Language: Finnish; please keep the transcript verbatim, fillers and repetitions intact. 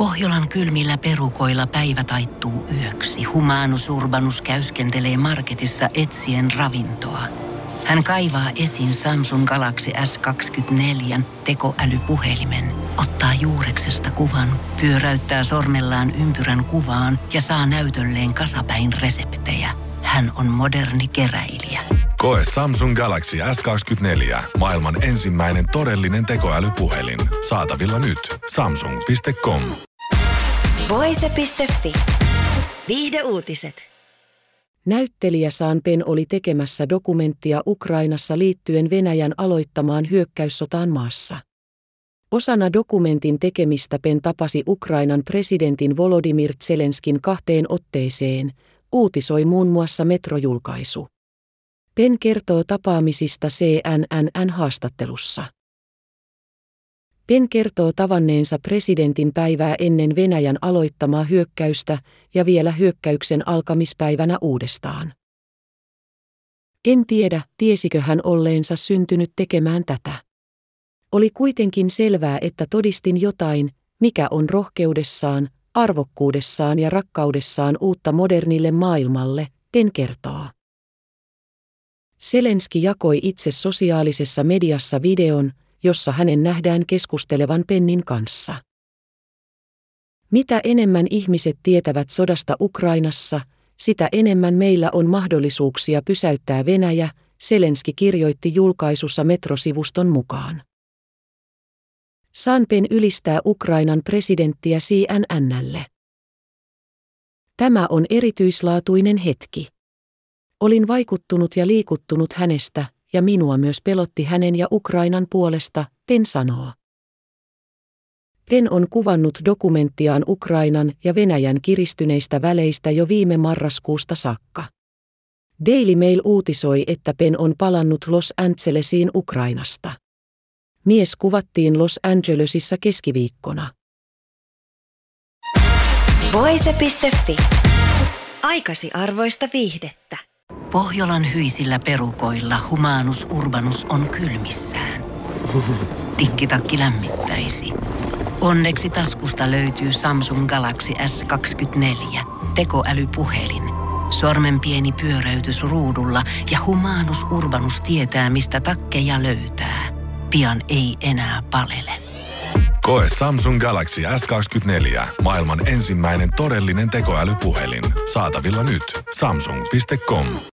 Pohjolan kylmillä perukoilla päivä taittuu yöksi. Humanus Urbanus käyskentelee marketissa etsien ravintoa. Hän kaivaa esiin Samsung Galaxy S kaksikymmentäneljä tekoälypuhelimen, ottaa juureksesta kuvan, pyöräyttää sormellaan ympyrän kuvaan ja saa näytölleen kasapäin reseptejä. Hän on moderni keräilijä. Koe Samsung Galaxy S kaksikymmentäneljä, maailman ensimmäinen todellinen tekoälypuhelin. Saatavilla nyt. samsung piste com. Voise piste fi. Viihdeuutiset. Näyttelijä Sean Penn oli tekemässä dokumenttia Ukrainassa liittyen Venäjän aloittamaan hyökkäyssotaan maassa. Osana dokumentin tekemistä Penn tapasi Ukrainan presidentin Volodymyr Zelenskin kahteen otteeseen, uutisoi muun muassa Metro-julkaisu. Penn kertoo tapaamisista C N N-haastattelussa. Penn kertoo tavanneensa presidentin päivää ennen Venäjän aloittamaa hyökkäystä ja vielä hyökkäyksen alkamispäivänä uudestaan. En tiedä, tiesikö hän olleensa syntynyt tekemään tätä. Oli kuitenkin selvää, että todistin jotain, mikä on rohkeudessaan, arvokkuudessaan ja rakkaudessaan uutta modernille maailmalle, Penn kertoo. Zelenski jakoi itse sosiaalisessa mediassa videon, jossa hänen nähdään keskustelevan Pennin kanssa. Mitä enemmän ihmiset tietävät sodasta Ukrainassa, sitä enemmän meillä on mahdollisuuksia pysäyttää Venäjä, Zelenski kirjoitti julkaisussa Metro-sivuston mukaan. Sean Penn ylistää Ukrainan presidenttiä C N N:lle. Tämä on erityislaatuinen hetki. Olin vaikuttunut ja liikuttunut hänestä, ja minua myös pelotti hänen ja Ukrainan puolesta, Penn sanoo. Penn on kuvannut dokumenttiaan Ukrainan ja Venäjän kiristyneistä väleistä jo viime marraskuusta saakka. Daily Mail uutisoi, että Penn on palannut Los Angelesiin Ukrainasta. Mies kuvattiin Los Angelesissa keskiviikkona. Voise piste fi. Aikasi arvoista viihdettä. Pohjolan hyisillä perukoilla Humanus Urbanus on kylmissään. Tikkitakki lämmittäisi. Onneksi taskusta löytyy Samsung Galaxy S kaksikymmentäneljä, tekoälypuhelin. Sormen pieni pyöräytys ruudulla ja Humanus Urbanus tietää, mistä takkeja löytää. Pian ei enää palele. Koe Samsung Galaxy S kaksikymmentäneljä, maailman ensimmäinen todellinen tekoälypuhelin. Saatavilla nyt. samsung piste com.